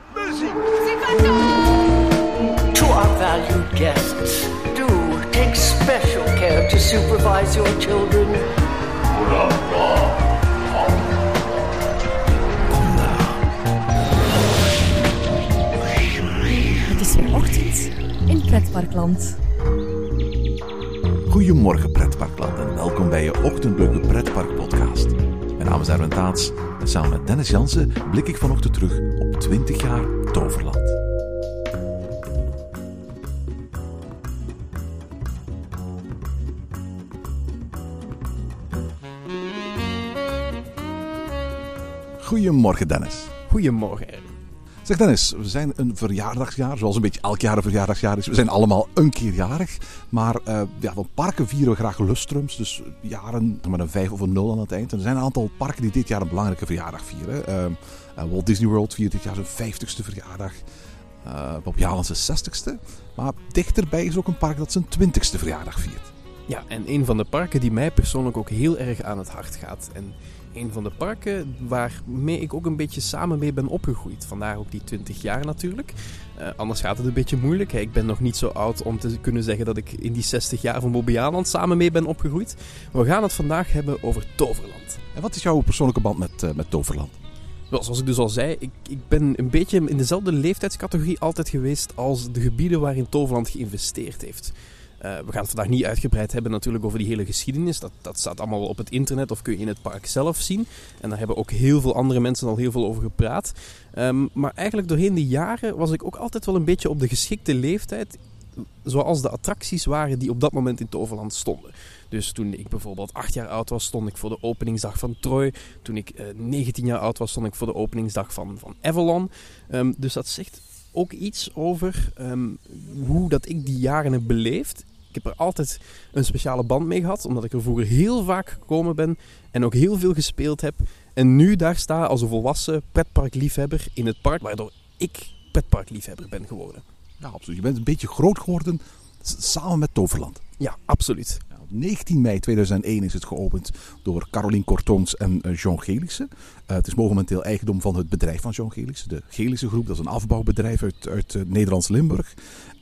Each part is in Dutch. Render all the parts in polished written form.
Muziek! To our valued guests, do take special care to supervise your children. Het is weer ochtend in Pretparkland. Goedemorgen Pretparkland en welkom bij je ochtendelijke Pretpark-podcast. Mijn naam is Erwin Taats en samen met Dennis Jansen blik ik vanochtend terug op 20 jaar Toverland. Goedemorgen Dennis. Goedemorgen Erwin. Zeg Dennis, we zijn een verjaardagsjaar, zoals een beetje elk jaar een verjaardagsjaar is. We zijn allemaal een keer jarig, maar van parken vieren we graag lustrums, dus jaren met een 5 of een 0 aan het eind. En er zijn een aantal parken die dit jaar een belangrijke verjaardag vieren. Walt Disney World viert dit jaar zijn 50ste verjaardag, Bob Jalan zijn 60ste, maar dichterbij is ook een park dat zijn 20ste verjaardag viert. Ja, en een van de parken die mij persoonlijk ook heel erg aan het hart gaat. En een van de parken waarmee ik ook een beetje samen mee ben opgegroeid. Vandaar ook die 20 jaar natuurlijk. Anders gaat het een beetje moeilijk. Ik ben nog niet zo oud om te kunnen zeggen dat ik in die 60 jaar van Bobbejaanland samen mee ben opgegroeid. We gaan het vandaag hebben over Toverland. En wat is jouw persoonlijke band met Toverland? Wel, zoals ik dus al zei, ik ben een beetje in dezelfde leeftijdscategorie altijd geweest als de gebieden waarin Toverland geïnvesteerd heeft. We gaan het vandaag niet uitgebreid hebben natuurlijk over die hele geschiedenis. Dat staat allemaal op het internet of kun je in het park zelf zien. En daar hebben ook heel veel andere mensen al heel veel over gepraat. Maar eigenlijk doorheen de jaren was ik ook altijd wel een beetje op de geschikte leeftijd. Zoals de attracties waren die op dat moment in Toverland stonden. Dus toen ik bijvoorbeeld 8 jaar oud was, stond ik voor de openingsdag van Troy. Toen ik 19 jaar oud was, stond ik voor de openingsdag van Avalon. Dus dat zegt ook iets over hoe dat ik die jaren heb beleefd. Ik heb er altijd een speciale band mee gehad, omdat ik er vroeger heel vaak gekomen ben en ook heel veel gespeeld heb. En nu daar sta als een volwassen pretparkliefhebber in het park, waardoor ik pretparkliefhebber ben geworden. Ja, absoluut. Je bent een beetje groot geworden samen met Toverland. Ja, absoluut. Op 19 mei 2001 is het geopend door Caroline Cortons en Jean Gelissen. Het is momenteel eigendom van het bedrijf van Jean Gelissen. De Gelissen Groep, dat is een afbouwbedrijf uit Nederlands Limburg.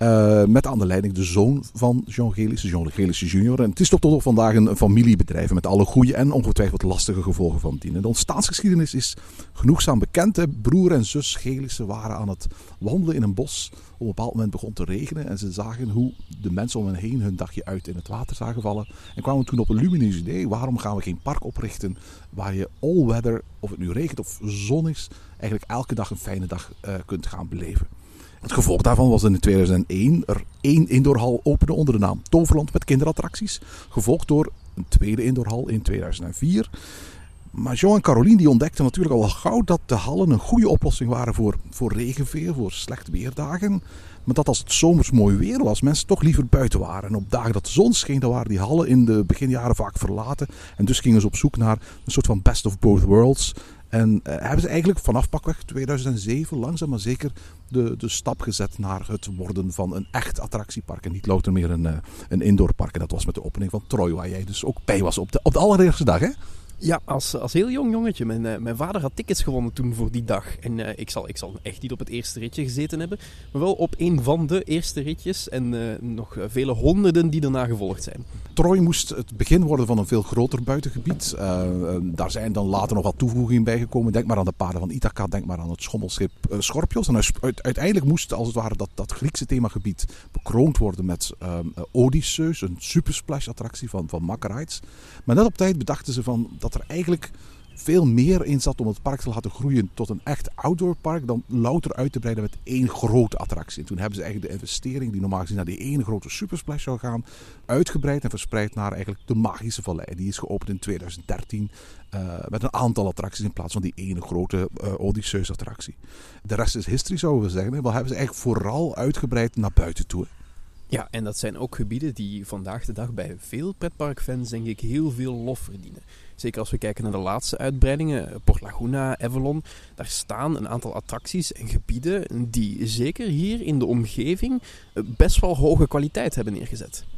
Met aan de leiding de zoon van Jean Gelissen, Jean Gelissen junior. En het is tot op vandaag een familiebedrijf met alle goede en ongetwijfeld lastige gevolgen van dien. De ontstaansgeschiedenis is genoegzaam bekend. Hè. Broer en zus Gelissen waren aan het wandelen in een bos. Op een bepaald moment begon te regenen en ze zagen hoe de mensen om hen heen hun dagje uit in het water zagen vallen. En kwamen toen op een lumineus idee, waarom gaan we geen park oprichten waar je all weather, of het nu regent of zon is, eigenlijk elke dag een fijne dag kunt gaan beleven. Het gevolg daarvan was in 2001 er 1 indoorhal opende onder de naam Toverland met kinderattracties. Gevolgd door een tweede indoorhal in 2004. Maar Jean en Caroline die ontdekten natuurlijk al gauw dat de hallen een goede oplossing waren voor regenveer, voor slechte weerdagen. Maar dat als het zomers mooi weer was, mensen toch liever buiten waren. En op dagen dat de zon scheen, dan waren die hallen in de beginjaren vaak verlaten. En dus gingen ze op zoek naar een soort van best of both worlds. En hebben ze eigenlijk vanaf pakweg 2007 langzaam maar zeker de stap gezet naar het worden van een echt attractiepark. En niet louter meer een indoorpark. En dat was met de opening van Troy, waar jij dus ook bij was op de allereerste dag, hè? Ja, als heel jong jongetje. Mijn vader had tickets gewonnen toen voor die dag. En ik zal echt niet op het eerste ritje gezeten hebben. Maar wel op een van de eerste ritjes. En nog vele honderden die daarna gevolgd zijn. Troy moest het begin worden van een veel groter buitengebied. Daar zijn dan later nog wat toevoegingen bij gekomen. Denk maar aan de paden van Ithaca. Denk maar aan het schommelschip Scorpios. En uiteindelijk moest als het ware dat Griekse themagebied bekroond worden met Odysseus. Een supersplash attractie van Mack Rides. Maar net op tijd bedachten ze van dat er eigenlijk veel meer in zat om het park te laten groeien tot een echt outdoorpark dan louter uit te breiden met 1 grote attractie. En toen hebben ze eigenlijk de investering die normaal gezien naar die 1 grote supersplash zou gaan, uitgebreid en verspreid naar eigenlijk de Magische Vallei. Die is geopend in 2013 met een aantal attracties in plaats van die 1 grote Odysseus attractie. De rest is history, zouden we zeggen. Wel hebben ze eigenlijk vooral uitgebreid naar buiten toe. Ja, en dat zijn ook gebieden die vandaag de dag bij veel pretparkfans denk ik heel veel lof verdienen. Zeker als we kijken naar de laatste uitbreidingen, Port Laguna, Avalon. Daar staan een aantal attracties en gebieden die zeker hier in de omgeving best wel hoge kwaliteit hebben neergezet.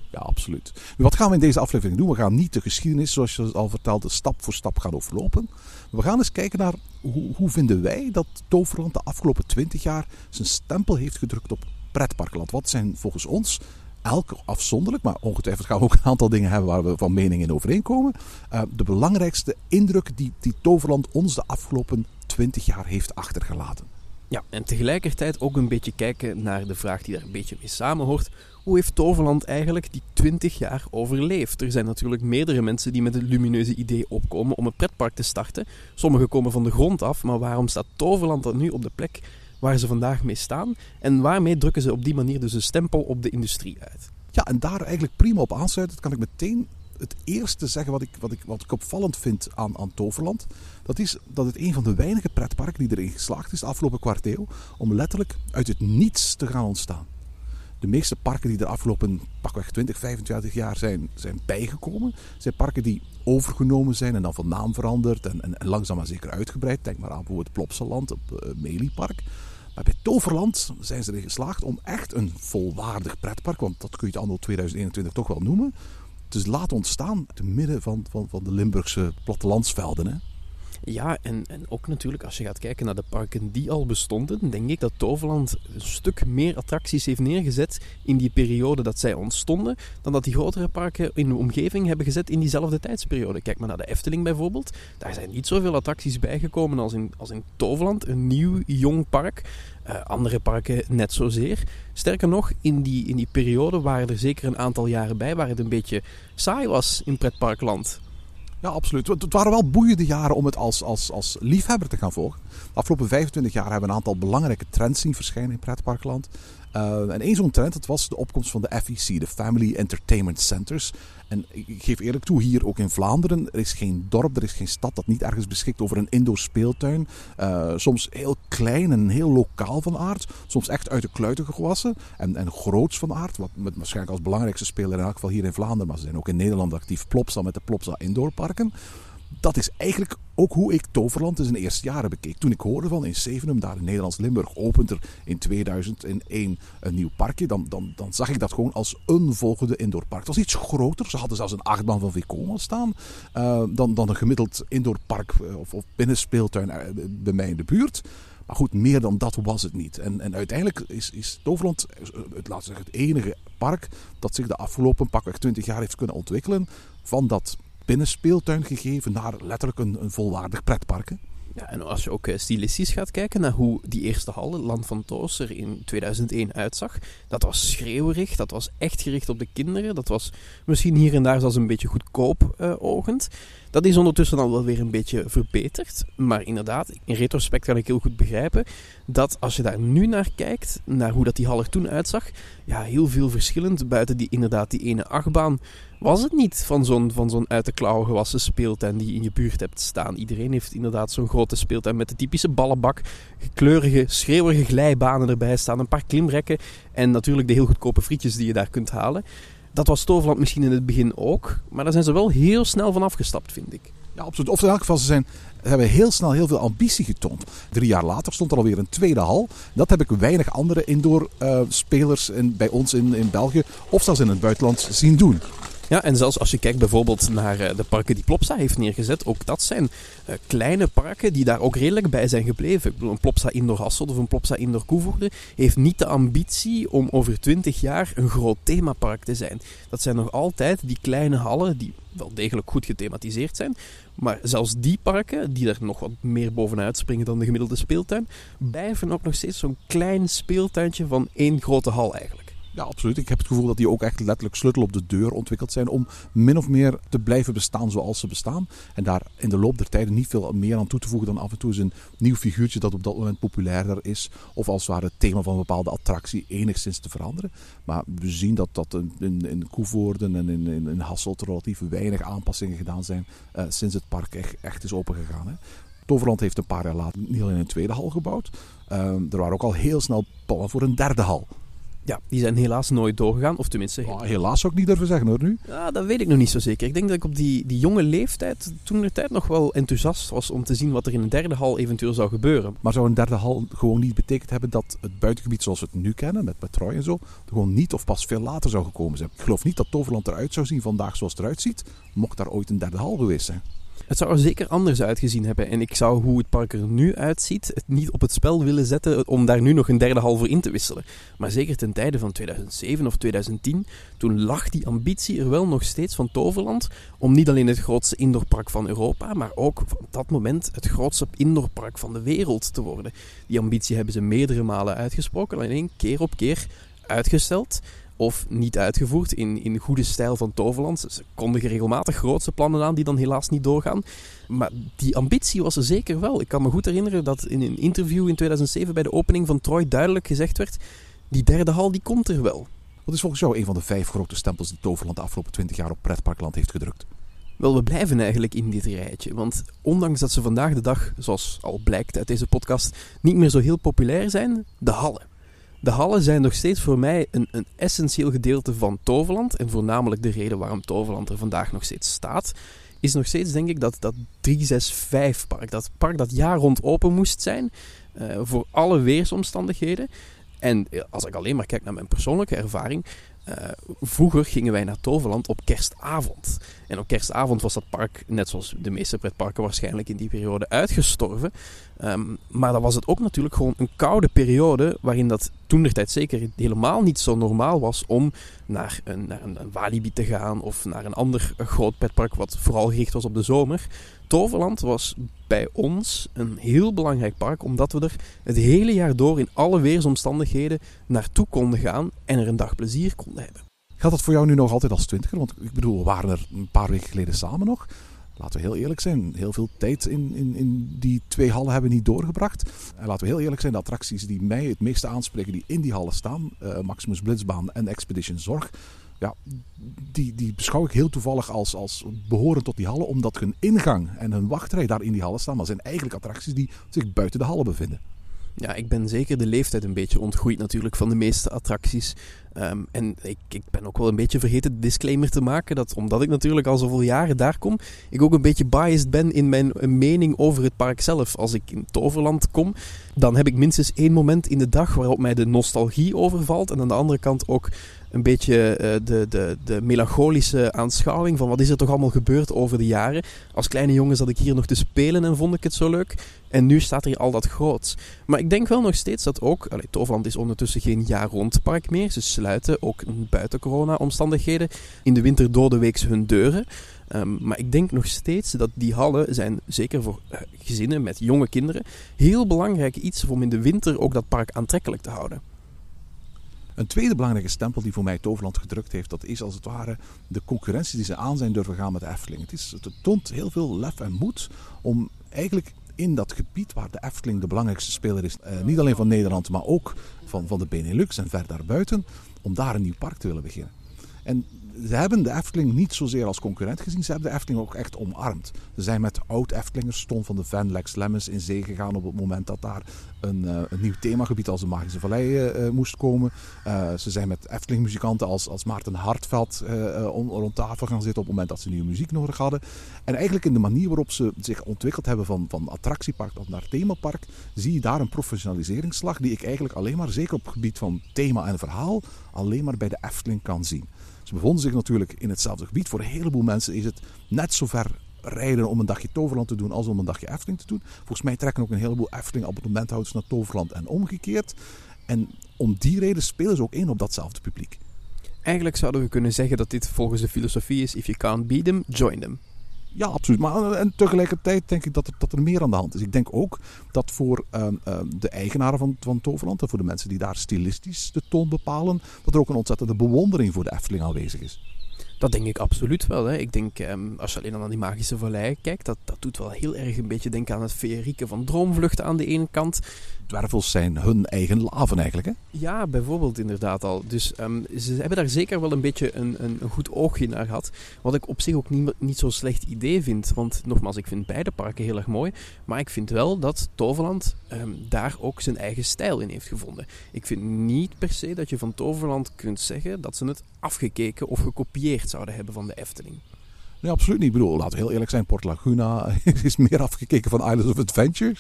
Ja, absoluut. Nu, wat gaan we in deze aflevering doen? We gaan niet de geschiedenis, zoals je al vertelde, stap voor stap gaan overlopen. We gaan eens kijken naar hoe vinden wij dat Toverland de afgelopen 20 jaar zijn stempel heeft gedrukt op pretparkland. Wat zijn volgens ons, elk afzonderlijk, maar ongetwijfeld gaan we ook een aantal dingen hebben waar we van mening in overeenkomen, de belangrijkste indruk die Toverland ons de afgelopen 20 jaar heeft achtergelaten. Ja, en tegelijkertijd ook een beetje kijken naar de vraag die daar een beetje mee samenhoort. Hoe heeft Toverland eigenlijk die 20 jaar overleefd? Er zijn natuurlijk meerdere mensen die met het lumineuze idee opkomen om een pretpark te starten. Sommigen komen van de grond af, maar waarom staat Toverland dan nu op de plek waar ze vandaag mee staan? En waarmee drukken ze op die manier dus een stempel op de industrie uit? Ja, en daar eigenlijk prima op aansluiten, kan ik meteen het eerste zeggen wat ik opvallend vind aan Toverland. Dat is dat het een van de weinige pretparken die erin geslaagd is de afgelopen kwart eeuw om letterlijk uit het niets te gaan ontstaan. De meeste parken die de afgelopen pakweg 20, 25 jaar zijn bijgekomen, zijn parken die overgenomen zijn en dan van naam veranderd en langzaam maar zeker uitgebreid. Denk maar aan bijvoorbeeld Plopsaland op Meliepark. Maar bij Toverland zijn ze erin geslaagd om echt een volwaardig pretpark, want dat kun je het anno 2021 toch wel noemen, te laten ontstaan te midden van de Limburgse plattelandsvelden. Hè? Ja, en ook natuurlijk als je gaat kijken naar de parken die al bestonden, denk ik dat Toverland een stuk meer attracties heeft neergezet in die periode dat zij ontstonden, dan dat die grotere parken in de omgeving hebben gezet in diezelfde tijdsperiode. Kijk maar naar de Efteling bijvoorbeeld. Daar zijn niet zoveel attracties bijgekomen als in Toverland, een nieuw, jong park. Andere parken net zozeer. Sterker nog, in die periode waren er zeker een aantal jaren bij waar het een beetje saai was in pretparkland. Ja, absoluut. Het waren wel boeiende jaren om het als liefhebber te gaan volgen. De afgelopen 25 jaar hebben we een aantal belangrijke trends zien verschijnen in pretparkland. En één zo'n trend, dat was de opkomst van de FEC, de Family Entertainment Centers. En ik geef eerlijk toe, hier ook in Vlaanderen, er is geen dorp, er is geen stad dat niet ergens beschikt over een indoor speeltuin. Soms heel klein en heel lokaal van aard. Soms echt uit de kluiten gewassen en groots van aard. Wat met waarschijnlijk als belangrijkste speler in elk geval hier in Vlaanderen. Maar ze zijn ook in Nederland actief. Plopsa met de Plopsa indoorparken. Dat is eigenlijk ook hoe ik Toverland in zijn eerste jaren bekeek. Toen ik hoorde van in Zevenum, daar in Nederlands Limburg, opent er in 2001 een nieuw parkje. Dan zag ik dat gewoon als een volgende indoorpark. Het was iets groter. Ze hadden zelfs een achtbaan van Vekoma staan. Dan een gemiddeld indoorpark of binnenspeeltuin bij mij in de buurt. Maar goed, meer dan dat was het niet. En uiteindelijk is Toverland het enige park dat zich de afgelopen pakweg 20 jaar heeft kunnen ontwikkelen van dat binnenspeeltuin gegeven naar letterlijk een volwaardig pretpark. Hè? Ja, en als je ook stilistisch gaat kijken naar hoe die eerste hal, het Land van Toos, er in 2001 uitzag, dat was schreeuwerig, dat was echt gericht op de kinderen, dat was misschien hier en daar zelfs een beetje goedkoop ogend. Dat is ondertussen al wel weer een beetje verbeterd, maar inderdaad, in retrospect kan ik heel goed begrijpen dat als je daar nu naar kijkt, naar hoe dat die hal er toen uitzag, ja, heel veel verschillend, buiten die ene achtbaan, was het niet van zo'n uit de klauwen gewassen speeltuin die je in je buurt hebt staan. Iedereen heeft inderdaad zo'n grote speeltuin met de typische ballenbak, kleurige, schreeuwerige glijbanen erbij staan, een paar klimrekken en natuurlijk de heel goedkope frietjes die je daar kunt halen. Dat was Toverland misschien in het begin ook, maar daar zijn ze wel heel snel van afgestapt, vind ik. Ja, absoluut. Of in elk geval, ze hebben heel snel heel veel ambitie getoond. 3 jaar later stond er alweer een tweede hal. Dat heb ik weinig andere indoor spelers bij ons in België of zelfs in het buitenland zien doen. Ja, en zelfs als je kijkt bijvoorbeeld naar de parken die Plopsa heeft neergezet, ook dat zijn kleine parken die daar ook redelijk bij zijn gebleven. Ik bedoel, een Plopsa Indoor Hasselt of een Plopsa Indoor Koevoorde heeft niet de ambitie om over 20 jaar een groot themapark te zijn. Dat zijn nog altijd die kleine hallen die wel degelijk goed gethematiseerd zijn, maar zelfs die parken, die er nog wat meer bovenuit springen dan de gemiddelde speeltuin, blijven ook nog steeds zo'n klein speeltuintje van 1 grote hal eigenlijk. Ja, absoluut. Ik heb het gevoel dat die ook echt letterlijk sleutel op de deur ontwikkeld zijn om min of meer te blijven bestaan zoals ze bestaan. En daar in de loop der tijden niet veel meer aan toe te voegen dan af en toe eens een nieuw figuurtje dat op dat moment populairder is. Of als het ware het thema van een bepaalde attractie enigszins te veranderen. Maar we zien dat in Koevoorden en in Hasselt relatief weinig aanpassingen gedaan zijn sinds het park echt is opengegaan. Hè. Toverland heeft een paar jaar later niet alleen een tweede hal gebouwd. Er waren ook al heel snel plannen voor een derde hal. Ja, die zijn helaas nooit doorgegaan, of tenminste... Helaas zou ik niet durven zeggen hoor nu. Ja, dat weet ik nog niet zo zeker. Ik denk dat ik op die jonge leeftijd toen de tijd nog wel enthousiast was om te zien wat er in een derde hal eventueel zou gebeuren. Maar zou een derde hal gewoon niet betekend hebben dat het buitengebied zoals we het nu kennen, met Troyes en zo, er gewoon niet of pas veel later zou gekomen zijn? Ik geloof niet dat Toverland eruit zou zien vandaag zoals het eruit ziet, mocht daar ooit een derde hal geweest zijn. Het zou er zeker anders uitgezien hebben. En ik zou hoe het park er nu uitziet het niet op het spel willen zetten om daar nu nog een derde hal voor in te wisselen. Maar zeker ten tijde van 2007 of 2010, toen lag die ambitie er wel nog steeds van Toverland om niet alleen het grootste indoorpark van Europa, maar ook op dat moment het grootste indoorpark van de wereld te worden. Die ambitie hebben ze meerdere malen uitgesproken, alleen keer op keer uitgesteld. Of niet uitgevoerd in goede stijl van Toverland. Ze kondigen regelmatig grootse plannen aan die dan helaas niet doorgaan. Maar die ambitie was er zeker wel. Ik kan me goed herinneren dat in een interview in 2007 bij de opening van Troyes duidelijk gezegd werd: die derde hal die komt er wel. Wat is volgens jou een van de 5 grote stempels die Toverland de afgelopen 20 jaar op pretparkland heeft gedrukt? Wel, we blijven eigenlijk in dit rijtje. Want ondanks dat ze vandaag de dag, zoals al blijkt uit deze podcast, niet meer zo heel populair zijn, de hallen. De hallen zijn nog steeds voor mij een essentieel gedeelte van Toverland. En voornamelijk de reden waarom Toverland er vandaag nog steeds staat, is nog steeds denk ik dat 365-park. Dat park dat jaar rond open moest zijn, voor alle weersomstandigheden. En als ik alleen maar kijk naar mijn persoonlijke ervaring, vroeger gingen wij naar Toverland op kerstavond. En op kerstavond was dat park, net zoals de meeste pretparken waarschijnlijk in die periode, uitgestorven. Maar dan was het ook natuurlijk gewoon een koude periode, waarin dat toentertijd zeker helemaal niet zo normaal was om naar een Walibi te gaan of naar een ander groot pretpark wat vooral gericht was op de zomer. Toverland was bij ons een heel belangrijk park, omdat we er het hele jaar door in alle weersomstandigheden naartoe konden gaan en er een dag plezier konden hebben. Geldt dat voor jou nu nog altijd als 20er? Want ik bedoel, we waren er een paar weken geleden samen nog. Laten we heel eerlijk zijn, heel veel tijd in die 2 hallen hebben we niet doorgebracht. En laten we heel eerlijk zijn, de attracties die mij het meeste aanspreken die in die hallen staan, Maximus Blitzbaan en Expedition Zorg, ja, die beschouw ik heel toevallig als behorend tot die hallen, omdat hun ingang en hun wachtrij daar in die hallen staan. Maar zijn eigenlijk attracties die zich buiten de hallen bevinden. Ja, ik ben zeker de leeftijd een beetje ontgroeid natuurlijk van de meeste attracties. En ik ben ook wel een beetje vergeten de disclaimer te maken dat omdat ik natuurlijk al zoveel jaren daar kom, ik ook een beetje biased ben in mijn mening over het park zelf. Als ik in Toverland kom, dan heb ik minstens 1 moment in de dag waarop mij de nostalgie overvalt. En aan de andere kant ook een beetje de melancholische aanschouwing van wat is er toch allemaal gebeurd over de jaren. Als kleine jongen zat ik hier nog te spelen en vond ik het zo leuk. En nu staat er al dat groots. Maar ik denk wel nog steeds dat ook... Toverland is ondertussen geen jaar-rond park meer. Ze sluiten ook buiten corona-omstandigheden in de winter doordeweeks hun deuren. Maar ik denk nog steeds dat die hallen zijn, zeker voor gezinnen met jonge kinderen, heel belangrijk iets om in de winter ook dat park aantrekkelijk te houden. Een tweede belangrijke stempel die voor mij Toverland gedrukt heeft, dat is als het ware de concurrentie die ze aan zijn durven gaan met de Efteling. Het toont heel veel lef en moed om eigenlijk in dat gebied waar de Efteling de belangrijkste speler is, niet alleen van Nederland, maar ook van de Benelux en ver daarbuiten, om daar een nieuw park te willen beginnen. En ze hebben de Efteling niet zozeer als concurrent gezien, ze hebben de Efteling ook echt omarmd. Ze zijn met oud-Eftelingers, Ton van de Ven, Lex Lemmens, in zee gegaan op het moment dat daar een nieuw themagebied als de Magische Vallei moest komen. Ze zijn met Efteling-muzikanten als Maarten Hartveld rond tafel gaan zitten op het moment dat ze nieuwe muziek nodig hadden. En eigenlijk in de manier waarop ze zich ontwikkeld hebben van attractiepark tot naar themapark, zie je daar een professionaliseringsslag die ik eigenlijk alleen maar, zeker op het gebied van thema en verhaal, alleen maar bij de Efteling kan zien. Ze bevonden zich natuurlijk in hetzelfde gebied. Voor een heleboel mensen is het net zo ver rijden om een dagje Toverland te doen als om een dagje Efteling te doen. Volgens mij trekken ook een heleboel Efteling abonnementhouders naar Toverland en omgekeerd. En om die reden spelen ze ook in op datzelfde publiek. Eigenlijk zouden we kunnen zeggen dat dit volgens de filosofie is: if you can't beat them, join them. Ja, absoluut. Maar en tegelijkertijd denk ik dat er meer aan de hand is. Ik denk ook dat voor de eigenaren van Toverland en voor de mensen die daar stilistisch de toon bepalen, dat er ook een ontzettende bewondering voor de Efteling aanwezig is. Dat denk ik absoluut wel. Hè. Ik denk, als je alleen al naar die Magische Vallei kijkt, dat doet wel heel erg een beetje denken aan het feerieke van Droomvluchten aan de ene kant. dwervels zijn hun eigen laven eigenlijk, hè? Ja, bijvoorbeeld inderdaad al. Dus ze hebben daar zeker wel een beetje een goed oogje naar gehad. Wat ik op zich ook niet zo'n slecht idee vind. Want nogmaals, ik vind beide parken heel erg mooi. Maar ik vind wel dat Toverland daar ook zijn eigen stijl in heeft gevonden. Ik vind niet per se dat je van Toverland kunt zeggen dat ze het afgekeken of gekopieerd zouden hebben van de Efteling. Nee, absoluut niet. Ik bedoel, laten we heel eerlijk zijn, Port Laguna is meer afgekeken van Islands of Adventure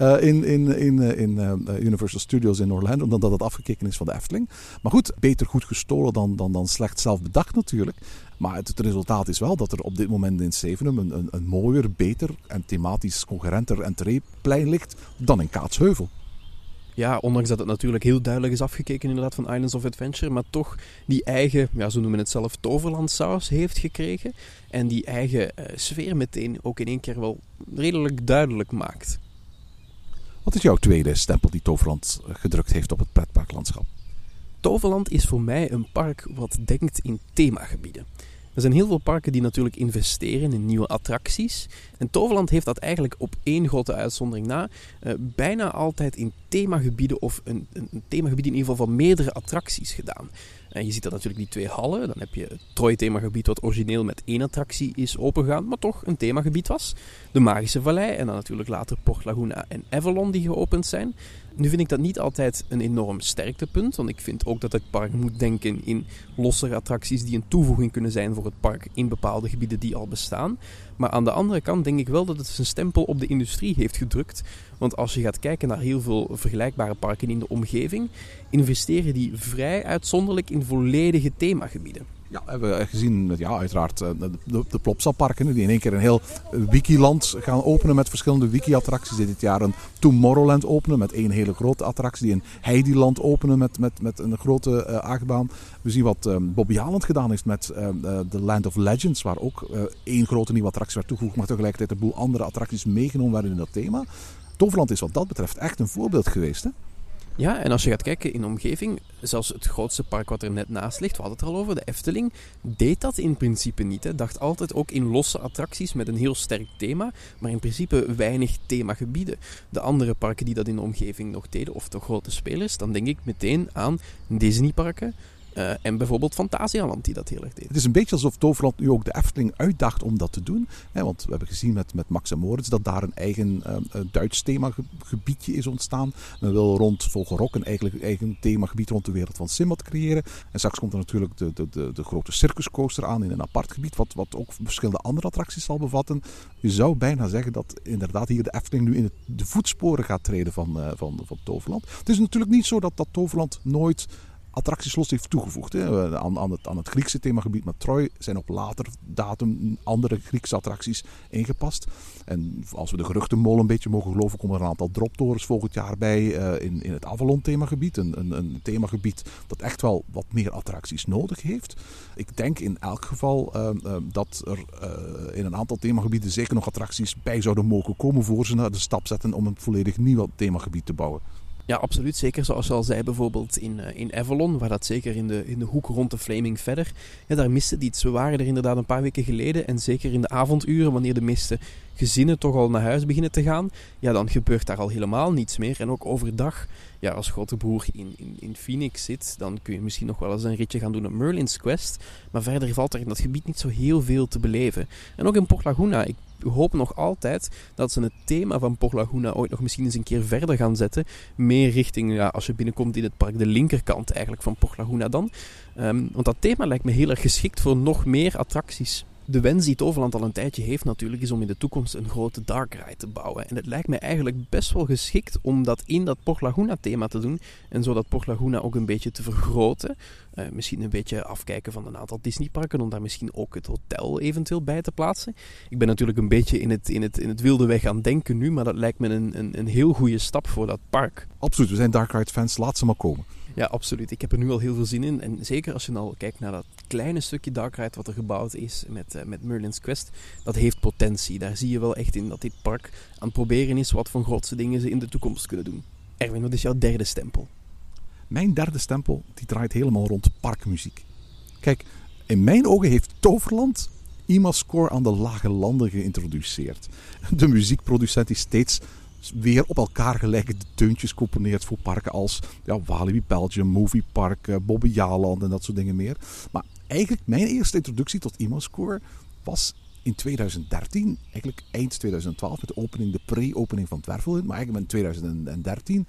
in Universal Studios in Orlando dan dat het afgekeken is van de Efteling. Maar goed, beter goed gestolen dan slecht zelf bedacht natuurlijk. Maar het resultaat is wel dat er op dit moment in Zevenum een mooier, beter en thematisch coherenter entreeplein ligt dan in Kaatsheuvel. Ja, ondanks dat het natuurlijk heel duidelijk is afgekeken inderdaad van Islands of Adventure, maar toch die eigen, ja, zo noemen het zelf, Toverland-saus heeft gekregen. En die eigen sfeer meteen ook in één keer wel redelijk duidelijk maakt. Wat is jouw tweede stempel die Toverland gedrukt heeft op het pretparklandschap? Toverland is voor mij een park wat denkt in themagebieden. Er zijn heel veel parken die natuurlijk investeren in nieuwe attracties. En Toverland heeft dat eigenlijk op één grote uitzondering na bijna altijd in themagebieden of een themagebied in ieder geval van meerdere attracties gedaan. En je ziet dat natuurlijk die 2 hallen. Dan heb je het Troy-themagebied wat origineel met 1 attractie is opengegaan, maar toch een themagebied was. De Magische Vallei en dan natuurlijk later Port Laguna en Avalon die geopend zijn. Nu vind ik dat niet altijd een enorm sterktepunt, want ik vind ook dat het park moet denken in lossere attracties die een toevoeging kunnen zijn voor het park in bepaalde gebieden die al bestaan. Maar aan de andere kant denk ik wel dat het zijn stempel op de industrie heeft gedrukt. Want als je gaat kijken naar heel veel vergelijkbare parken in de omgeving, investeren die vrij uitzonderlijk in volledige themagebieden. Ja, we hebben gezien, ja, uiteraard de Plopsaparken die in één keer een heel Wikiland gaan openen met verschillende Wiki-attracties. Dit jaar een Tomorrowland openen met 1 hele grote attractie. Die een Heidiland openen met een grote achtbaan. We zien wat Bobby Haaland gedaan heeft met The Land of Legends, waar ook 1 grote nieuwe attractie werd toegevoegd, maar tegelijkertijd een boel andere attracties meegenomen werden in dat thema. Toverland is wat dat betreft echt een voorbeeld geweest, hè? Ja, en als je gaat kijken in de omgeving, zelfs het grootste park wat er net naast ligt, we hadden het er al over, de Efteling, deed dat in principe niet. Hè. Dacht altijd ook in losse attracties met een heel sterk thema, maar in principe weinig themagebieden. De andere parken die dat in de omgeving nog deden, of de grote spelers, dan denk ik meteen aan Disneyparken. En bijvoorbeeld Fantasialand die dat heel erg deed. Het is een beetje alsof Toverland nu ook de Efteling uitdaagt om dat te doen. Want we hebben gezien met Max en Moritz dat daar een eigen Duits themagebiedje is ontstaan. Men wil rond Vogelrok een eigen themagebied rond de wereld van Simbad creëren. En straks komt er natuurlijk de grote circuscoaster aan in een apart gebied, wat ook verschillende andere attracties zal bevatten. Je zou bijna zeggen dat inderdaad hier de Efteling nu in de voetsporen gaat treden van Toverland. Het is natuurlijk niet zo dat Toverland nooit attracties los heeft toegevoegd. Hè. Aan het Griekse themagebied met Troy zijn op later datum andere Griekse attracties ingepast. En als we de geruchtenmolen een beetje mogen geloven, komen er een aantal droptorens volgend jaar bij in het Avalon themagebied. Een themagebied dat echt wel wat meer attracties nodig heeft. Ik denk in elk geval dat er in een aantal themagebieden zeker nog attracties bij zouden mogen komen voor ze naar de stap zetten om een volledig nieuw themagebied te bouwen. Ja, absoluut. Zeker zoals je al zei, bijvoorbeeld in Avalon, waar dat zeker in de hoek rond de Flaming Feather, ja, daar miste het iets. We waren er inderdaad een paar weken geleden en zeker in de avonduren, wanneer de meeste gezinnen toch al naar huis beginnen te gaan, ja, dan gebeurt daar al helemaal niets meer. En ook overdag, ja, als grote broer in Phoenix zit, dan kun je misschien nog wel eens een ritje gaan doen op Merlin's Quest. Maar verder valt er in dat gebied niet zo heel veel te beleven. En ook in Port Laguna, ik hoop nog altijd dat ze het thema van Port Laguna ooit nog misschien eens een keer verder gaan zetten. Meer richting, ja, als je binnenkomt in het park, de linkerkant eigenlijk van Port Laguna dan. Want dat thema lijkt me heel erg geschikt voor nog meer attracties. De wens die Toverland al een tijdje heeft natuurlijk is om in de toekomst een grote dark ride te bouwen. En het lijkt me eigenlijk best wel geschikt om dat in dat Port Laguna thema te doen. En zo dat Port Laguna ook een beetje te vergroten. Misschien een beetje afkijken van een aantal Disneyparken om daar misschien ook het hotel eventueel bij te plaatsen. Ik ben natuurlijk een beetje in het wilde weg aan denken nu, maar dat lijkt me een heel goede stap voor dat park. Absoluut, we zijn dark ride fans, laat ze maar komen. Ja, absoluut. Ik heb er nu al heel veel zin in. En zeker als je nou kijkt naar dat kleine stukje dark ride wat er gebouwd is met Merlin's Quest, dat heeft potentie. Daar zie je wel echt in dat dit park aan het proberen is wat voor grootste dingen ze in de toekomst kunnen doen. Erwin, wat is jouw derde stempel? Mijn derde stempel die draait helemaal rond parkmuziek. Kijk, in mijn ogen heeft Toverland IMA-score aan de lage landen geïntroduceerd. De muziekproducent die steeds weer op elkaar gelijke deuntjes componeert voor parken als Walibi Belgium, Movie Park, Bobbejaanland en dat soort dingen meer. Maar eigenlijk mijn eerste introductie tot IMAscore was in 2013, eigenlijk eind 2012, met de opening, de pre-opening van Dwervelin, maar eigenlijk in 2013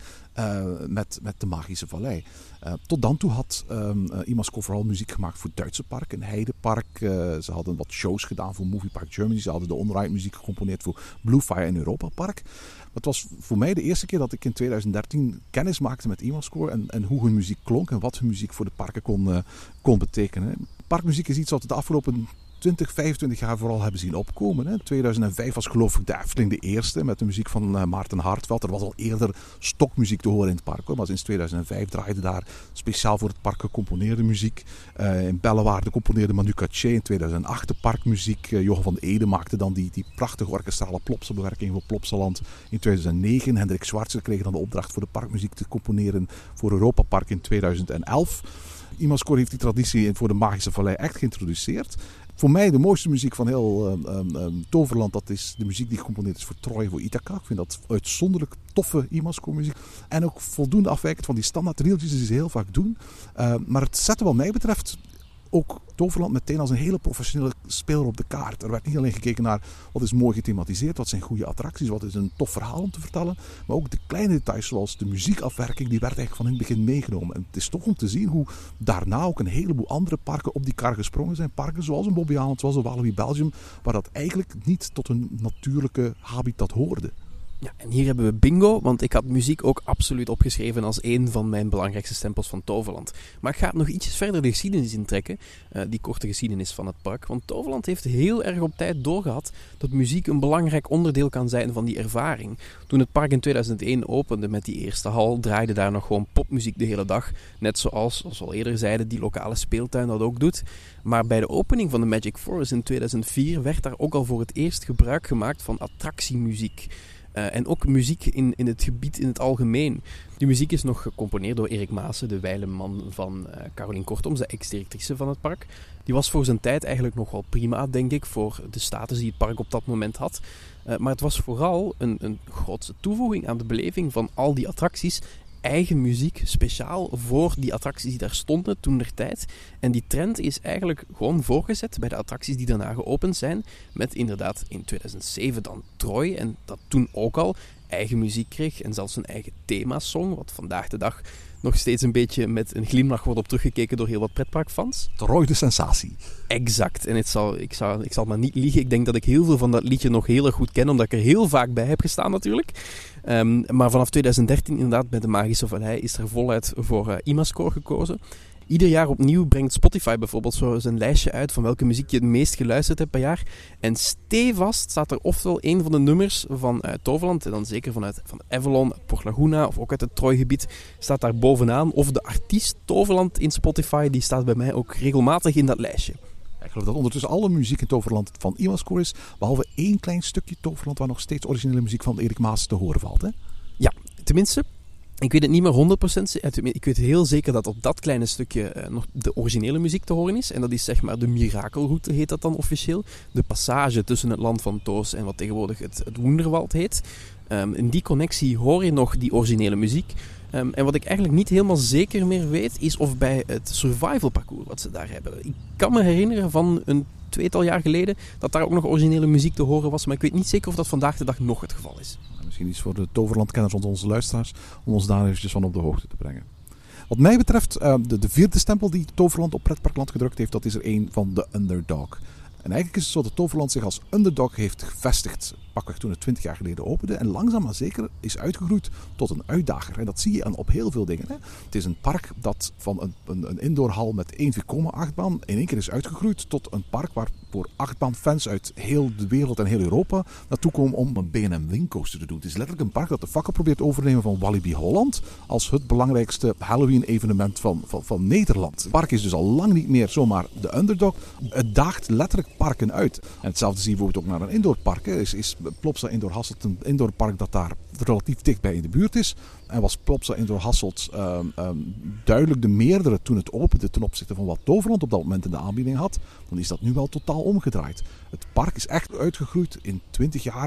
met de Magische Vallei. Tot dan toe had IMAscore vooral muziek gemaakt voor Duitse parken, Heidepark. Ze hadden wat shows gedaan voor Movie Park Germany. Ze hadden de on-ride muziek gecomponeerd voor Bluefire en Europa Park. Het was voor mij de eerste keer dat ik in 2013 kennis maakte met IMAscore en hoe hun muziek klonk en wat hun muziek voor de parken kon betekenen. Parkmuziek is iets wat de afgelopen 20, 25 jaar vooral hebben zien opkomen. In 2005 was geloof ik de Efteling de eerste met de muziek van Maarten Hartveld. Er was al eerder stokmuziek te horen in het park, hoor. Maar sinds 2005 draaide daar speciaal voor het park gecomponeerde muziek. In Bellewaarde componeerde Manu Katché in 2008 de parkmuziek. Johan van Ede maakte dan die prachtige orkestrale Plopsa-bewerking voor Plopsaland in 2009. Hendrik Zwartser kreeg dan de opdracht voor de parkmuziek te componeren voor Europa Park in 2011. IMAscore heeft die traditie voor de Magische Vallei echt geïntroduceerd. Voor mij de mooiste muziek van heel Toverland, dat is de muziek die gecomponeerd is voor Troy, voor Ithaca. Ik vind dat uitzonderlijk toffe IMAscore muziek. En ook voldoende afwijkend van die standaard reeltjes die ze heel vaak doen. Maar het zetten wat mij betreft ook Toverland meteen als een hele professionele speler op de kaart. Er werd niet alleen gekeken naar wat is mooi gethematiseerd, wat zijn goede attracties, wat is een tof verhaal om te vertellen. Maar ook de kleine details zoals de muziekafwerking, die werd eigenlijk van in het begin meegenomen. En het is toch om te zien hoe daarna ook een heleboel andere parken op die kar gesprongen zijn. Parken zoals een Bobbejaanland, zoals een Walibi Belgium, waar dat eigenlijk niet tot een natuurlijke habitat hoorde. Ja, en hier hebben we bingo, want ik had muziek ook absoluut opgeschreven als een van mijn belangrijkste stempels van Toverland. Maar ik ga nog ietsjes verder de geschiedenis intrekken, die korte geschiedenis van het park. Want Toverland heeft heel erg op tijd doorgehad dat muziek een belangrijk onderdeel kan zijn van die ervaring. Toen het park in 2001 opende met die eerste hal, draaide daar nog gewoon popmuziek de hele dag. Net zoals we al eerder zeiden, die lokale speeltuin dat ook doet. Maar bij de opening van de Magic Forest in 2004 werd daar ook al voor het eerst gebruik gemaakt van attractiemuziek. En ook muziek in het gebied in het algemeen. Die muziek is nog gecomponeerd door Erik Maassen, de wijle man van Carolien Kortoms, de ex-directrice van het park. Die was voor zijn tijd eigenlijk nog wel prima, denk ik, voor de status die het park op dat moment had. Maar het was vooral een grootse toevoeging aan de beleving van al die attracties. Eigen muziek, speciaal voor die attracties die daar stonden toentertijd. En die trend is eigenlijk gewoon voorgezet bij de attracties die daarna geopend zijn. Met inderdaad in 2007 dan Troy. En dat toen ook al eigen muziek kreeg. En zelfs een eigen themasong. Wat vandaag de dag nog steeds een beetje met een glimlach wordt op teruggekeken door heel wat pretparkfans. Troy de sensatie. Exact. En ik zal maar niet liegen. Ik denk dat ik heel veel van dat liedje nog heel erg goed ken. Omdat ik er heel vaak bij heb gestaan natuurlijk. Maar vanaf 2013 inderdaad bij de Magische Vallei is er voluit voor IMAscore gekozen. Ieder jaar opnieuw brengt Spotify bijvoorbeeld zo zijn lijstje uit van welke muziek je het meest geluisterd hebt per jaar. En stevast staat er ofwel een van de nummers van Toverland, en dan zeker van Avalon, Port Laguna of ook uit het Troy-gebied, staat daar bovenaan. Of de artiest Toverland in Spotify, die staat bij mij ook regelmatig in dat lijstje. Ik geloof dat ondertussen alle muziek in Toverland van IMAscore is, behalve één klein stukje Toverland waar nog steeds originele muziek van Erik Maassen te horen valt. Hè? Ja, tenminste. Ik weet het niet meer 100%. Ik weet heel zeker dat op dat kleine stukje nog de originele muziek te horen is. En dat is zeg maar de Mirakelroute, heet dat dan officieel. De passage tussen het land van Toos en wat tegenwoordig het Woenderwald heet. In die connectie hoor je nog die originele muziek. En wat ik eigenlijk niet helemaal zeker meer weet, is of bij het survival parcours wat ze daar hebben. Ik kan me herinneren van een 2-tal jaar geleden dat daar ook nog originele muziek te horen was. Maar ik weet niet zeker of dat vandaag de dag nog het geval is. Misschien iets voor de Toverland-kenners onder onze luisteraars, om ons daar eventjes van op de hoogte te brengen. Wat mij betreft, de vierde stempel die Toverland op Pretparkland gedrukt heeft, dat is er een van de underdog. En eigenlijk is het zo dat Toverland zich als underdog heeft gevestigd, pakweg toen het 20 jaar geleden opende. En langzaam maar zeker is uitgegroeid tot een uitdager. En dat zie je op heel veel dingen. Hè. Het is een park dat van een indoorhal met 1 Vekoma-achtbaan in één keer is uitgegroeid tot een park waar voor achtbaanfans uit heel de wereld en heel Europa naartoe komen om een B&M Wingcoaster te doen. Het is letterlijk een park dat de vakken probeert over te nemen van Walibi Holland als het belangrijkste Halloween-evenement van Nederland. Het park is dus al lang niet meer zomaar de underdog. Het daagt letterlijk parken uit. En hetzelfde zie je bijvoorbeeld ook naar een indoorpark. Is Plopsa Indoor Hasselt een indoorpark dat daar relatief dichtbij in de buurt is. En was Plopsa Indoor Hasselt duidelijk de meerdere toen het opende ten opzichte van wat Toverland op dat moment in de aanbieding had. Dan is dat nu wel totaal omgedraaid. Het park is echt uitgegroeid in 20 jaar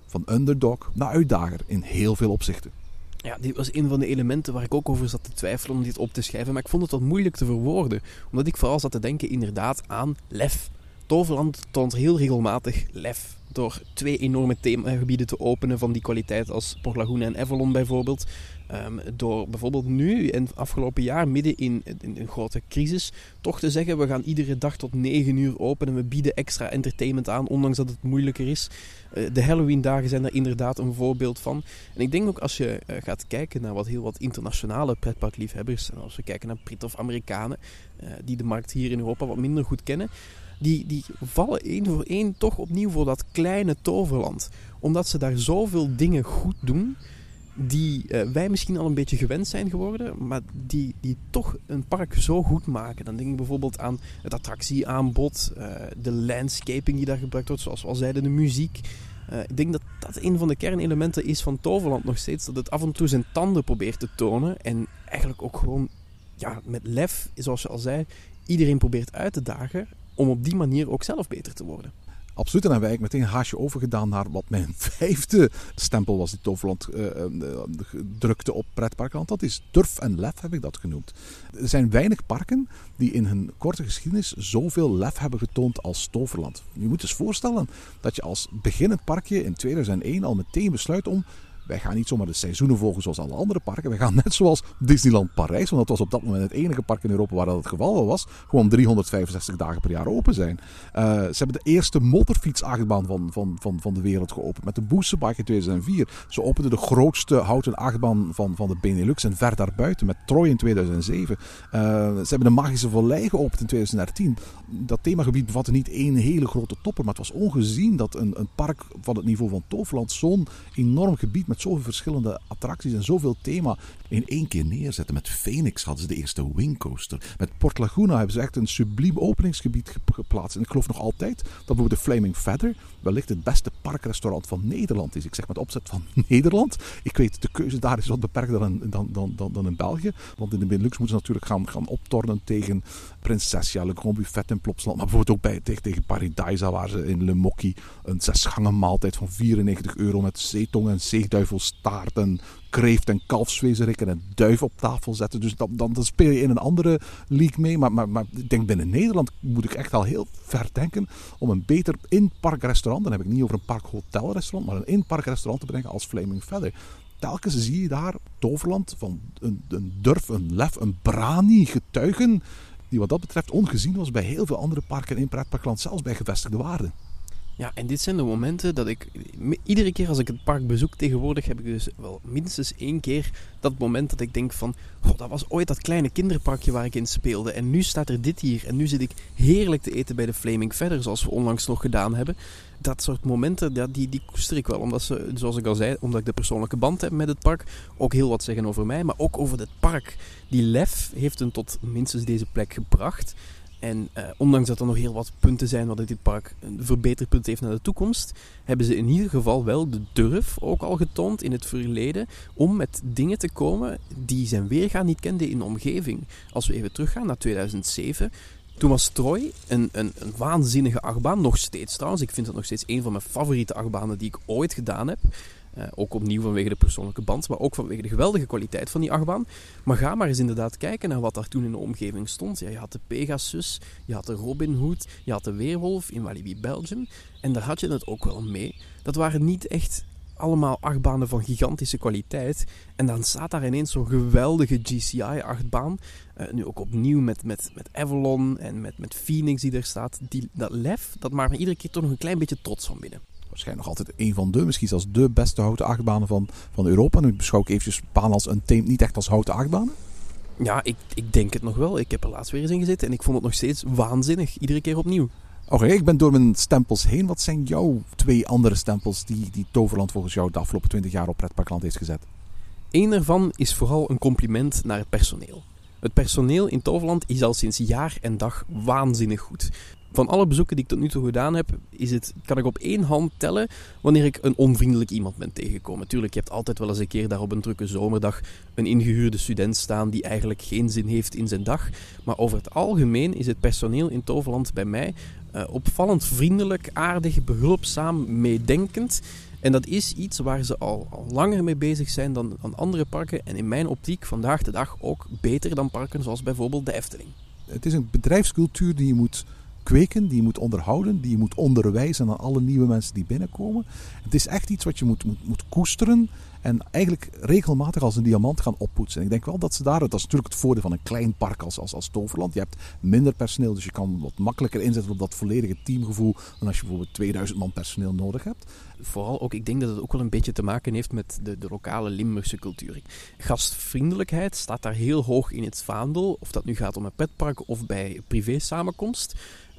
Van underdog naar uitdager in heel veel opzichten. Ja, dit was een van de elementen waar ik ook over zat te twijfelen om dit op te schrijven. Maar ik vond het wat moeilijk te verwoorden. Omdat ik vooral zat te denken inderdaad aan lef. Toverland toont heel regelmatig lef. Door 2 enorme themagebieden te openen van die kwaliteit als Port Laguna en Avalon bijvoorbeeld. Door bijvoorbeeld nu in het afgelopen jaar midden in een grote crisis toch te zeggen we gaan iedere dag tot 9 uur open en we bieden extra entertainment aan, ondanks dat het moeilijker is. De Halloween-dagen zijn daar inderdaad een voorbeeld van. En ik denk ook als je gaat kijken naar heel wat internationale pretparkliefhebbers, en als we kijken naar Britten of Amerikanen, die de markt hier in Europa wat minder goed kennen, die vallen 1 voor 1 toch opnieuw voor dat kleine Toverland. Omdat ze daar zoveel dingen goed doen die wij misschien al een beetje gewend zijn geworden, maar die toch een park zo goed maken. Dan denk ik bijvoorbeeld aan het attractieaanbod, de landscaping die daar gebruikt wordt, zoals we al zeiden, de muziek. Ik denk dat dat een van de kernelementen is van Toverland nog steeds, dat het af en toe zijn tanden probeert te tonen en eigenlijk ook gewoon met lef, zoals je al zei, iedereen probeert uit te dagen om op die manier ook zelf beter te worden. Absoluut, en dan hebben wij meteen een haasje overgedaan naar wat mijn 5e stempel was die Toverland drukte op pretparkland. Dat is durf en lef, heb ik dat genoemd. Er zijn weinig parken die in hun korte geschiedenis zoveel lef hebben getoond als Toverland. Je moet eens voorstellen dat je als beginnend parkje in 2001 al meteen besluit om wij gaan niet zomaar de seizoenen volgen zoals alle andere parken. Wij gaan net zoals Disneyland Parijs, want dat was op dat moment het enige park in Europa waar dat het geval was, gewoon 365 dagen per jaar open zijn. Ze hebben de eerste motorfietsachtbaan van de wereld geopend met de Boosterbike in 2004. Ze openden de grootste houten achtbaan van de Benelux en ver daarbuiten met Troy in 2007. Ze hebben de Magische Vallei geopend in 2013. Dat themagebied bevatte niet één hele grote topper, maar het was ongezien dat een park van het niveau van Toverland zo'n enorm gebied met zoveel verschillende attracties en zoveel thema in één keer neerzetten. Met Phoenix hadden ze de eerste wingcoaster. Met Port Laguna hebben ze echt een subliem openingsgebied geplaatst. En ik geloof nog altijd dat bijvoorbeeld de Flaming Feather wellicht het beste parkrestaurant van Nederland is. Ik zeg met opzet van Nederland. Ik weet, de keuze daar is wat beperkter dan in België. Want in de Benelux moeten ze natuurlijk gaan optornen tegen Prinsessia, Le Grand Buffet in Plopsaland. Maar bijvoorbeeld ook tegen Paradisa, waar ze in Le Mochy een 6-gangen maaltijd van €94 met zeetong en zeegduivelstaart en kreeft en kalfswezerik en een duif op tafel zetten. Dus dan speel je in een andere league mee. Maar ik denk binnen Nederland moet ik echt al heel ver denken om een beter in-parkrestaurant, dan heb ik niet over een park-hotelrestaurant, maar een in-parkrestaurant te brengen als Flaming Feather. Telkens zie je daar Toverland van een durf, een lef, een brani getuigen die wat dat betreft ongezien was bij heel veel andere parken in pretparkland, zelfs bij gevestigde waarden. Ja, en dit zijn de momenten dat ik iedere keer als ik het park bezoek tegenwoordig heb ik dus wel minstens 1 keer dat moment dat ik denk van dat was ooit dat kleine kinderparkje waar ik in speelde en nu staat er dit hier en nu zit ik heerlijk te eten bij de Flaming Feather zoals we onlangs nog gedaan hebben. Dat soort momenten, die koester ik wel, omdat ze, zoals ik al zei, omdat ik de persoonlijke band heb met het park, ook heel wat zeggen over mij, maar ook over het park. Die lef heeft hem tot minstens deze plek gebracht. En ondanks dat er nog heel wat punten zijn wat dit park een verbeterpunt heeft naar de toekomst, hebben ze in ieder geval wel de durf ook al getoond in het verleden om met dingen te komen die zijn weerga niet kenden in de omgeving. Als we even teruggaan naar 2007, toen was Troy een waanzinnige achtbaan, nog steeds trouwens. Ik vind dat nog steeds een van mijn favoriete achtbanen die ik ooit gedaan heb. Ook opnieuw vanwege de persoonlijke band, maar ook vanwege de geweldige kwaliteit van die achtbaan. Maar ga maar eens inderdaad kijken naar wat daar toen in de omgeving stond. Ja, je had de Pegasus, je had de Robin Hood, je had de Weerwolf in Walibi Belgium. En daar had je het ook wel mee. Dat waren niet echt allemaal achtbanen van gigantische kwaliteit. En dan staat daar ineens zo'n geweldige GCI-achtbaan. Nu ook opnieuw met Avalon en met Phoenix die er staat. Dat lef, dat maakt me iedere keer toch nog een klein beetje trots van binnen. Waarschijnlijk nog altijd een van misschien zelfs de beste houten achtbanen van Europa. Nu beschouw ik eventjes banen als Untamed niet echt als houten achtbanen. Ja, ik denk het nog wel. Ik heb er laatst weer eens in gezeten en ik vond het nog steeds waanzinnig. Iedere keer opnieuw. Oké, ik ben door mijn stempels heen. Wat zijn jouw 2 andere stempels die Toverland volgens jou de afgelopen 20 jaar op pretparkland heeft gezet? Eén daarvan is vooral een compliment naar het personeel. Het personeel in Toverland is al sinds jaar en dag waanzinnig goed. Van alle bezoeken die ik tot nu toe gedaan heb, kan ik op één hand tellen wanneer ik een onvriendelijk iemand ben tegengekomen. Tuurlijk, je hebt altijd wel eens een keer daar op een drukke zomerdag een ingehuurde student staan die eigenlijk geen zin heeft in zijn dag. Maar over het algemeen is het personeel in Toverland bij mij opvallend vriendelijk, aardig, behulpzaam, meedenkend. En dat is iets waar ze al langer mee bezig zijn dan aan andere parken. En in mijn optiek vandaag de dag ook beter dan parken zoals bijvoorbeeld de Efteling. Het is een bedrijfscultuur die je moet kweken, die je moet onderhouden, die je moet onderwijzen aan alle nieuwe mensen die binnenkomen. Het is echt iets wat je moet koesteren en eigenlijk regelmatig als een diamant gaan oppoetsen. En ik denk wel dat ze daar, dat is natuurlijk het voordeel van een klein park als Toverland. Je hebt minder personeel, dus je kan wat makkelijker inzetten op dat volledige teamgevoel dan als je bijvoorbeeld 2000 man personeel nodig hebt. Vooral ook, ik denk dat het ook wel een beetje te maken heeft met de lokale Limburgse cultuur. Gastvriendelijkheid staat daar heel hoog in het vaandel, of dat nu gaat om een petpark of bij privé samenkomst.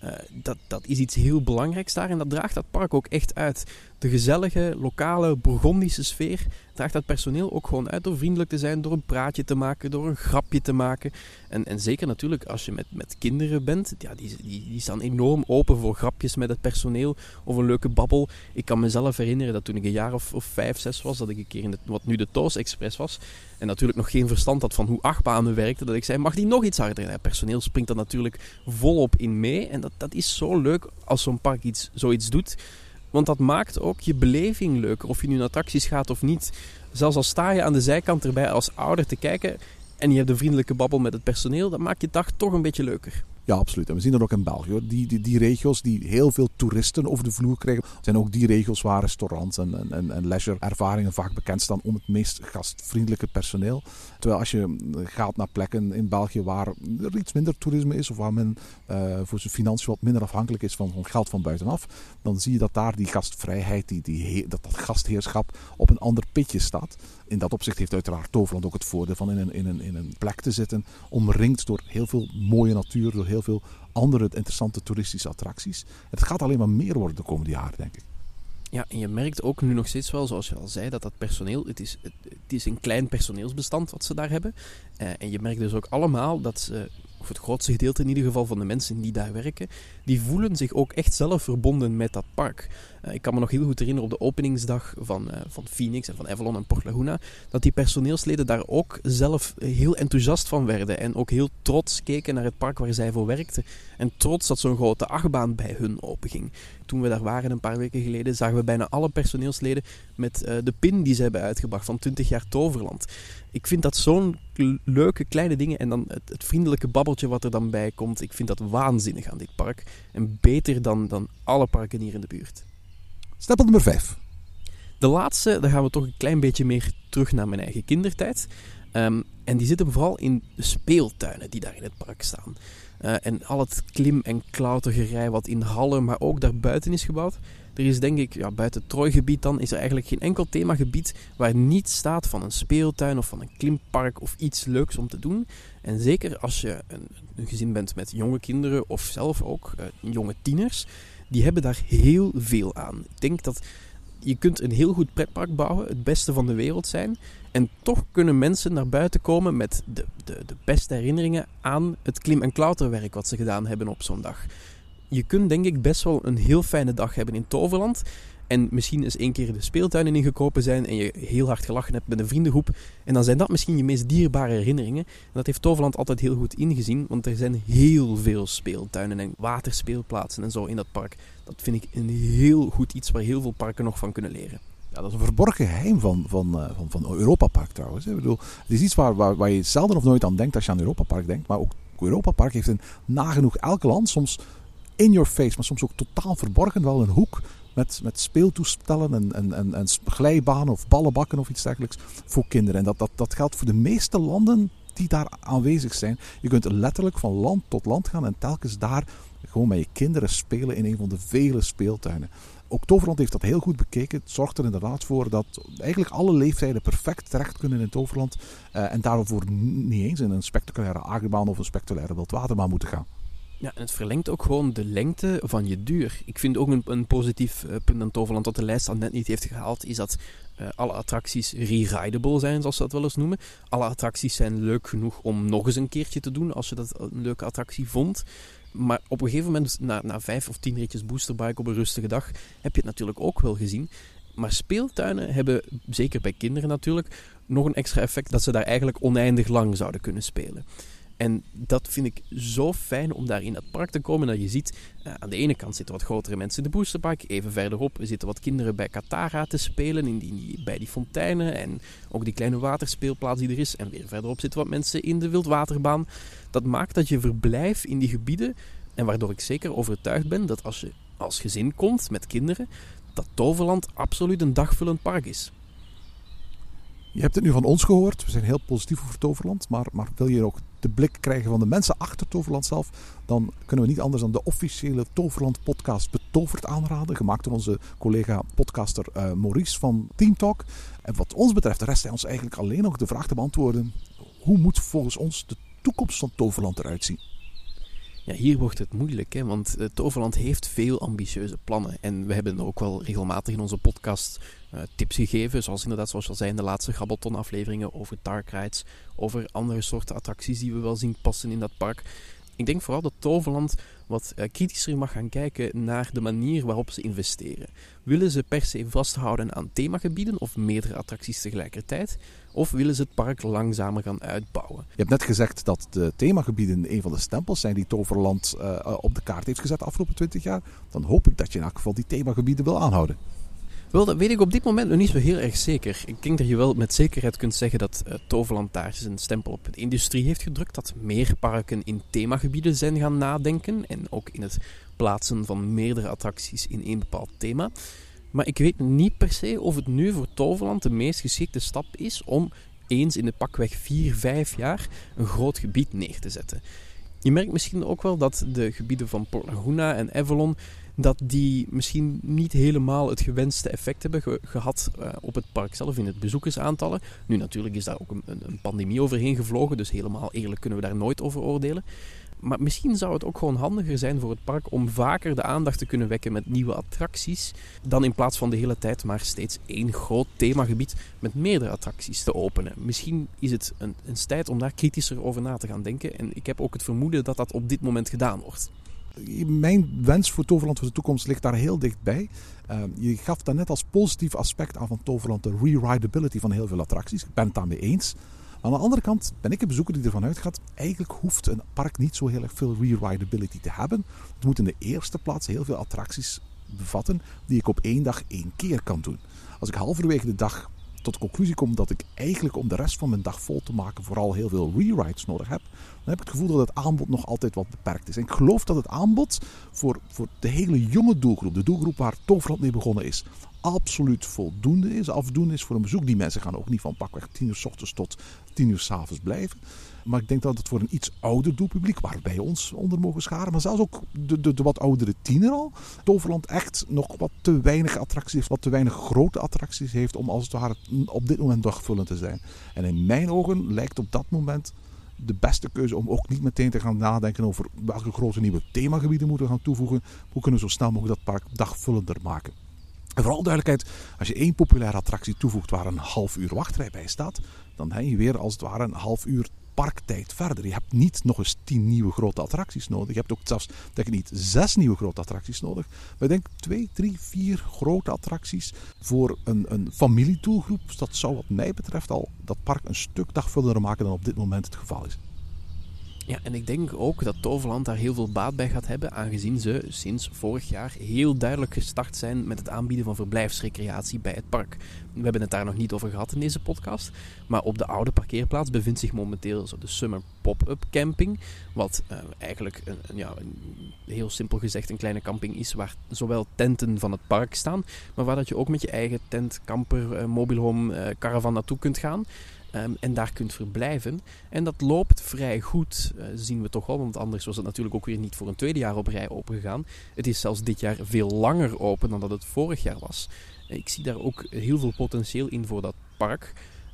Dat is iets heel belangrijks daar en dat draagt dat park ook echt uit. De gezellige, lokale, Bourgondische sfeer draagt dat personeel ook gewoon uit door vriendelijk te zijn, door een praatje te maken, door een grapje te maken. En zeker natuurlijk als je met kinderen bent, ja, die staan enorm open voor grapjes met het personeel of een leuke babbel. Ik kan mezelf herinneren dat toen ik een jaar of 5, 6 was, dat ik een keer in wat nu de Toos Express was, en natuurlijk nog geen verstand had van hoe achtbanen werkten, dat ik zei, mag die nog iets harder? Ja, het personeel springt er natuurlijk volop in mee en dat is zo leuk als zo'n park zoiets doet. Want dat maakt ook je beleving leuker. Of je nu naar attracties gaat of niet. Zelfs al sta je aan de zijkant erbij als ouder te kijken en je hebt een vriendelijke babbel met het personeel, dat maakt je dag toch een beetje leuker. Ja, absoluut. En we zien dat ook in België. Hoor. Die regio's die heel veel toeristen over de vloer krijgen, zijn ook die regio's waar restaurants en leisure-ervaringen vaak bekend staan om het meest gastvriendelijke personeel. Terwijl als je gaat naar plekken in België waar er iets minder toerisme is of waar men voor zijn financiën wat minder afhankelijk is van geld van buitenaf, dan zie je dat daar die gastvrijheid, dat gastheerschap op een ander pitje staat. In dat opzicht heeft uiteraard Toverland ook het voordeel van in een plek te zitten, omringd door heel veel mooie natuur, door heel veel andere interessante toeristische attracties. Het gaat alleen maar meer worden de komende jaren, denk ik. Ja, en je merkt ook nu nog steeds wel, zoals je al zei, dat personeel, het is een klein personeelsbestand wat ze daar hebben. En je merkt dus ook allemaal dat ze, of het grootste gedeelte in ieder geval van de mensen die daar werken, die voelen zich ook echt zelf verbonden met dat park. Ik kan me nog heel goed herinneren op de openingsdag van Phoenix en van Avalon en Port Laguna, dat die personeelsleden daar ook zelf heel enthousiast van werden en ook heel trots keken naar het park waar zij voor werkten. En trots dat zo'n grote achtbaan bij hun openging. Toen we daar waren een paar weken geleden, zagen we bijna alle personeelsleden met de pin die ze hebben uitgebracht van 20 jaar Toverland. Ik vind dat zo'n leuke kleine dingen en dan het vriendelijke babbeltje wat er dan bij komt. Ik vind dat waanzinnig aan dit park. En beter dan alle parken hier in de buurt. Stapel nummer 5. De laatste, daar gaan we toch een klein beetje meer terug naar mijn eigen kindertijd. En die zitten vooral in de speeltuinen die daar in het park staan. En al het klim- en klautergerij wat in hallen, maar ook daarbuiten is gebouwd. Er is denk ik, buiten het Trooigebied dan, is er eigenlijk geen enkel themagebied waar niet staat van een speeltuin of van een klimpark of iets leuks om te doen. En zeker als je een gezin bent met jonge kinderen of zelf ook jonge tieners, die hebben daar heel veel aan. Ik denk dat je kunt een heel goed pretpark bouwen, het beste van de wereld zijn. En toch kunnen mensen naar buiten komen met de beste herinneringen aan het klim- en klauterwerk wat ze gedaan hebben op zo'n dag. Je kunt denk ik best wel een heel fijne dag hebben in Toverland. En misschien eens 1 keer de speeltuinen ingekropen zijn en je heel hard gelachen hebt met een vriendengroep. En dan zijn dat misschien je meest dierbare herinneringen. En dat heeft Toverland altijd heel goed ingezien, want er zijn heel veel speeltuinen en waterspeelplaatsen en zo in dat park. Dat vind ik een heel goed iets waar heel veel parken nog van kunnen leren. Ja, dat is een verborgen geheim van Europa Park trouwens. Ik bedoel, het is iets waar je zelden of nooit aan denkt als je aan Europa Park denkt. Maar ook Europa Park heeft in nagenoeg elk land, soms in your face, maar soms ook totaal verborgen wel een hoek met speeltoestellen en glijbanen of ballenbakken of iets dergelijks voor kinderen. En dat geldt voor de meeste landen die daar aanwezig zijn. Je kunt letterlijk van land tot land gaan en telkens daar gewoon met je kinderen spelen in een van de vele speeltuinen. Ook Toverland heeft dat heel goed bekeken. Het zorgt er inderdaad voor dat eigenlijk alle leeftijden perfect terecht kunnen in Toverland. En daarvoor niet eens in een spectaculaire achtbaan of een spectaculaire wildwaterbaan moeten gaan. Ja, en het verlengt ook gewoon de lengte van je duur. Ik vind ook een positief punt aan Toverland dat de lijst al net niet heeft gehaald, is dat alle attracties re-rideable zijn, zoals ze dat wel eens noemen. Alle attracties zijn leuk genoeg om nog eens een keertje te doen, als je dat een leuke attractie vond. Maar op een gegeven moment, na 5 of 10 ritjes boosterbike op een rustige dag, heb je het natuurlijk ook wel gezien. Maar speeltuinen hebben, zeker bij kinderen natuurlijk, nog een extra effect dat ze daar eigenlijk oneindig lang zouden kunnen spelen. En dat vind ik zo fijn om daar in dat park te komen. Dat je ziet, aan de ene kant zitten wat grotere mensen in de boosterpark. Even verderop zitten wat kinderen bij Katara te spelen, bij die fonteinen. En ook die kleine waterspeelplaats die er is. En weer verderop zitten wat mensen in de wildwaterbaan. Dat maakt dat je verblijf in die gebieden. En waardoor ik zeker overtuigd ben dat als je als gezin komt met kinderen, dat Toverland absoluut een dagvullend park is. Je hebt het nu van ons gehoord. We zijn heel positief over Toverland. Maar wil je ook de blik krijgen van de mensen achter Toverland zelf, dan kunnen we niet anders dan de officiële Toverland podcast Betoverd aanraden. Gemaakt door onze collega podcaster Maurice van Team Talk. En wat ons betreft rest hij ons eigenlijk alleen nog de vraag te beantwoorden: hoe moet volgens ons de toekomst van Toverland eruit zien? Ja, hier wordt het moeilijk, hè, want Toverland heeft veel ambitieuze plannen. En we hebben ook wel regelmatig in onze podcast tips gegeven, zoals je al zei in de laatste Grabbelton-afleveringen, over dark rides, over andere soorten attracties die we wel zien passen in dat park. Ik denk vooral dat Toverland wat kritischer mag gaan kijken naar de manier waarop ze investeren. Willen ze per se vasthouden aan themagebieden of meerdere attracties tegelijkertijd? Of willen ze het park langzamer gaan uitbouwen? Je hebt net gezegd dat de themagebieden een van de stempels zijn die Toverland op de kaart heeft gezet de afgelopen 20 jaar. Dan hoop ik dat je in elk geval die themagebieden wil aanhouden. Wel, dat weet ik op dit moment nog niet zo heel erg zeker. Ik denk dat je wel met zekerheid kunt zeggen dat Toverland daar zijn stempel op de industrie heeft gedrukt. Dat meer parken in themagebieden zijn gaan nadenken. En ook in het plaatsen van meerdere attracties in één bepaald thema. Maar ik weet niet per se of het nu voor Toverland de meest geschikte stap is om eens in de pakweg 4-5 jaar een groot gebied neer te zetten. Je merkt misschien ook wel dat de gebieden van Port Laguna en Avalon, dat die misschien niet helemaal het gewenste effect hebben gehad op het park zelf in het bezoekersaantallen. Nu natuurlijk is daar ook een pandemie overheen gevlogen, dus helemaal eerlijk kunnen we daar nooit over oordelen. Maar misschien zou het ook gewoon handiger zijn voor het park om vaker de aandacht te kunnen wekken met nieuwe attracties, dan in plaats van de hele tijd maar steeds één groot themagebied met meerdere attracties te openen. Misschien is het een tijd om daar kritischer over na te gaan denken en ik heb ook het vermoeden dat dat op dit moment gedaan wordt. Mijn wens voor Toverland voor de toekomst ligt daar heel dichtbij. Je gaf daar net als positief aspect aan van Toverland de re-rideability van heel veel attracties. Ik ben het daarmee eens. Aan de andere kant ben ik een bezoeker die ervan uitgaat, eigenlijk hoeft een park niet zo heel erg veel re-rideability te hebben. Het moet in de eerste plaats heel veel attracties bevatten die ik op één dag 1 keer kan doen. Als ik halverwege de dag tot de conclusie kom dat ik eigenlijk om de rest van mijn dag vol te maken vooral heel veel re-rides nodig heb, dan heb ik het gevoel dat het aanbod nog altijd wat beperkt is. En ik geloof dat het aanbod voor de hele jonge doelgroep, de doelgroep waar Toverland mee begonnen is, absoluut voldoende is. Afdoende is voor een bezoek. Die mensen gaan ook niet van pakweg 10 uur 's ochtends tot 10 uur 's avonds blijven. Maar ik denk dat het voor een iets ouder doelpubliek, waar wij ons onder mogen scharen, maar zelfs ook de wat oudere tiener al, Toverland echt nog wat te weinig attracties heeft, wat te weinig grote attracties heeft om als het ware op dit moment dagvullend te zijn. En in mijn ogen lijkt op dat moment de beste keuze om ook niet meteen te gaan nadenken over welke grote nieuwe themagebieden moeten we gaan toevoegen. Hoe kunnen we zo snel mogelijk dat park dagvullender maken? En vooral duidelijkheid, als je één populaire attractie toevoegt waar een half uur wachtrij bij staat, dan ben je weer als het ware een half uur parktijd verder. Je hebt niet nog eens 10 nieuwe grote attracties nodig. Je hebt ook zelfs, denk ik niet, 6 nieuwe grote attracties nodig. Maar ik denk 2, 3, 4 grote attracties voor een familiedoelgroep. Dat zou wat mij betreft al dat park een stuk dagvullender maken dan op dit moment het geval is. Ja, en ik denk ook dat Toverland daar heel veel baat bij gaat hebben, aangezien ze sinds vorig jaar heel duidelijk gestart zijn met het aanbieden van verblijfsrecreatie bij het park. We hebben het daar nog niet over gehad in deze podcast, maar op de oude parkeerplaats bevindt zich momenteel de Summer Pop-Up Camping, wat eigenlijk heel simpel gezegd een kleine camping is waar zowel tenten van het park staan, maar waar dat je ook met je eigen tent, camper, mobile home, caravan naartoe kunt gaan. En daar kunt verblijven. En dat loopt vrij goed, zien we toch wel. Want anders was het natuurlijk ook weer niet voor een tweede jaar op rij opengegaan. Het is zelfs dit jaar veel langer open dan dat het vorig jaar was. Ik zie daar ook heel veel potentieel in voor dat park.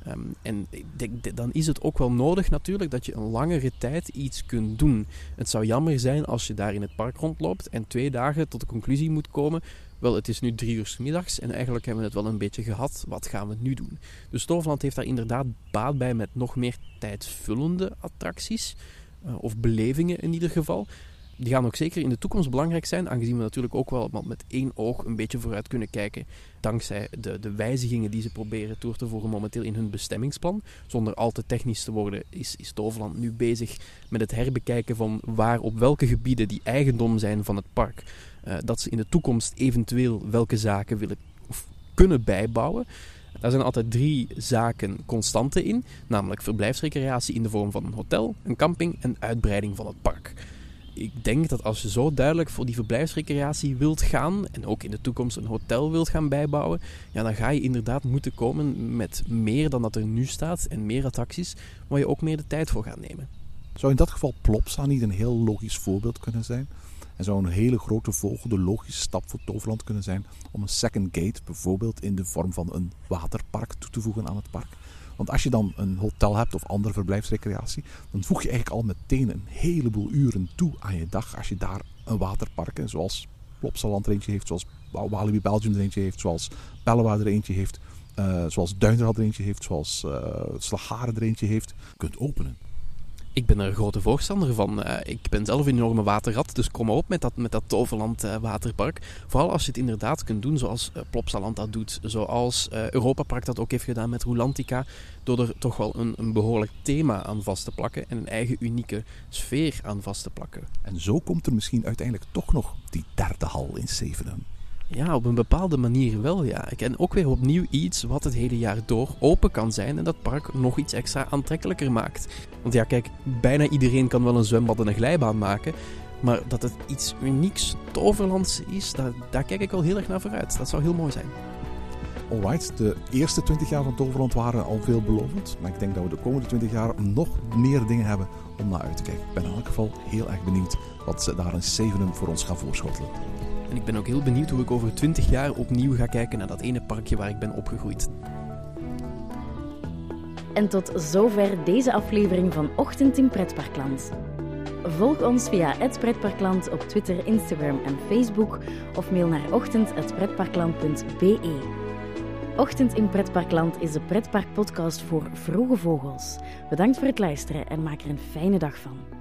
En ik denk, dan is het ook wel nodig natuurlijk dat je een langere tijd iets kunt doen. Het zou jammer zijn als je daar in het park rondloopt en 2 dagen tot de conclusie moet komen, wel, het is nu 3 uur 's middags en eigenlijk hebben we het wel een beetje gehad. Wat gaan we nu doen? Dus Toverland heeft daar inderdaad baat bij met nog meer tijdvullende attracties. Of belevingen in ieder geval. Die gaan ook zeker in de toekomst belangrijk zijn, aangezien we natuurlijk ook wel met 1 oog een beetje vooruit kunnen kijken. Dankzij de wijzigingen die ze proberen door te voeren momenteel in hun bestemmingsplan. Zonder al te technisch te worden is Toverland nu bezig met het herbekijken van waar op welke gebieden die eigendom zijn van het park. Dat ze in de toekomst eventueel welke zaken willen of kunnen bijbouwen. Daar zijn altijd 3 zaken constante in, namelijk verblijfsrecreatie in de vorm van een hotel, een camping en uitbreiding van het park. Ik denk dat als je zo duidelijk voor die verblijfsrecreatie wilt gaan en ook in de toekomst een hotel wilt gaan bijbouwen, ja, dan ga je inderdaad moeten komen met meer dan dat er nu staat en meer attracties, waar je ook meer de tijd voor gaat nemen. Zou in dat geval Plopsa niet een heel logisch voorbeeld kunnen zijn? En zou een hele grote volgende logische stap voor Toverland kunnen zijn om een second gate bijvoorbeeld in de vorm van een waterpark toe te voegen aan het park? Want als je dan een hotel hebt of andere verblijfsrecreatie, dan voeg je eigenlijk al meteen een heleboel uren toe aan je dag als je daar een waterpark, zoals Plopsaland er eentje heeft, zoals Walibi Belgium er eentje heeft, zoals Bellewaarde er eentje heeft, zoals Duinrad er eentje heeft, zoals Slagharen er eentje heeft, kunt openen. Ik ben er een grote voorstander van. Ik ben zelf een enorme waterrat, dus kom maar op met dat Toverland waterpark. Vooral als je het inderdaad kunt doen zoals Plopsaland dat doet. Zoals Europa Park dat ook heeft gedaan met Rulantica. Door er toch wel een behoorlijk thema aan vast te plakken en een eigen unieke sfeer aan vast te plakken. En zo komt er misschien uiteindelijk toch nog die 3e hal in Zevenum. Ja, op een bepaalde manier wel, ja. En ook weer opnieuw iets wat het hele jaar door open kan zijn en dat park nog iets extra aantrekkelijker maakt. Want ja, kijk, bijna iedereen kan wel een zwembad en een glijbaan maken, maar dat het iets unieks Toverlands is, daar kijk ik wel heel erg naar vooruit. Dat zou heel mooi zijn. Alright, de eerste 20 jaar van Toverland waren al veelbelovend, maar ik denk dat we de komende 20 jaar nog meer dingen hebben om naar uit te kijken. Ik ben in elk geval heel erg benieuwd wat ze daar in Zevenum voor ons gaan voorschotelen. En ik ben ook heel benieuwd hoe ik over 20 jaar opnieuw ga kijken naar dat ene parkje waar ik ben opgegroeid. En tot zover deze aflevering van Ochtend in Pretparkland. Volg ons via @pretparkland op Twitter, Instagram en Facebook of mail naar ochtend@pretparkland.be. Ochtend in Pretparkland is de pretparkpodcast voor vroege vogels. Bedankt voor het luisteren en maak er een fijne dag van.